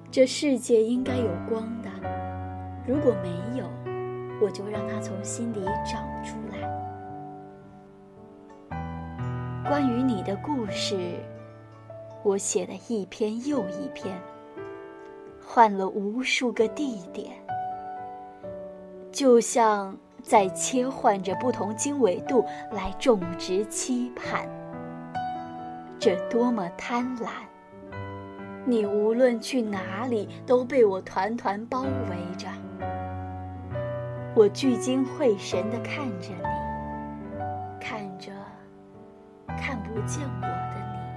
这世界应该有光的，如果没有，我就让它从心里长出来。关于你的故事，我写了一篇又一篇，换了无数个地点，就像在切换着不同经纬度来种植期盼。这多么贪婪！你无论去哪里都被我团团包围着。我聚精会神地看着你，看着看不见我的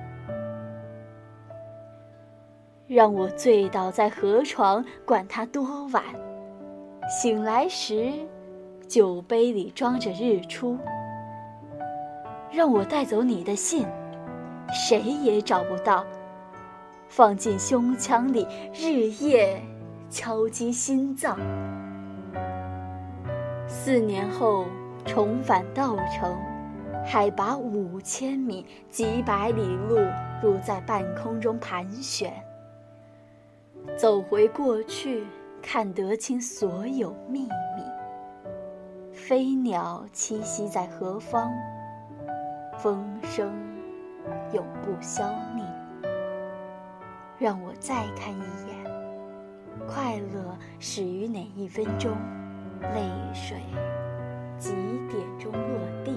你。让我醉倒在河床，管它多晚，醒来时酒杯里装着日出。让我带走你的信，谁也找不到，放进胸腔里，日夜敲击心脏。4年后重返稻城，海拔5000米，几百里路在半空中盘旋。走回过去，看得清所有秘密。飞鸟栖息在何方？风声永不消匿。让我再看一眼，快乐始于哪一分钟？泪水几点钟落地？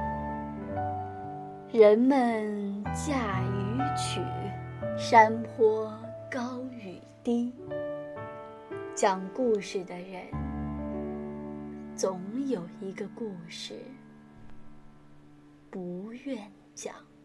人们驾雨曲，山坡高与低。讲故事的人，总有一个故事不愿讲。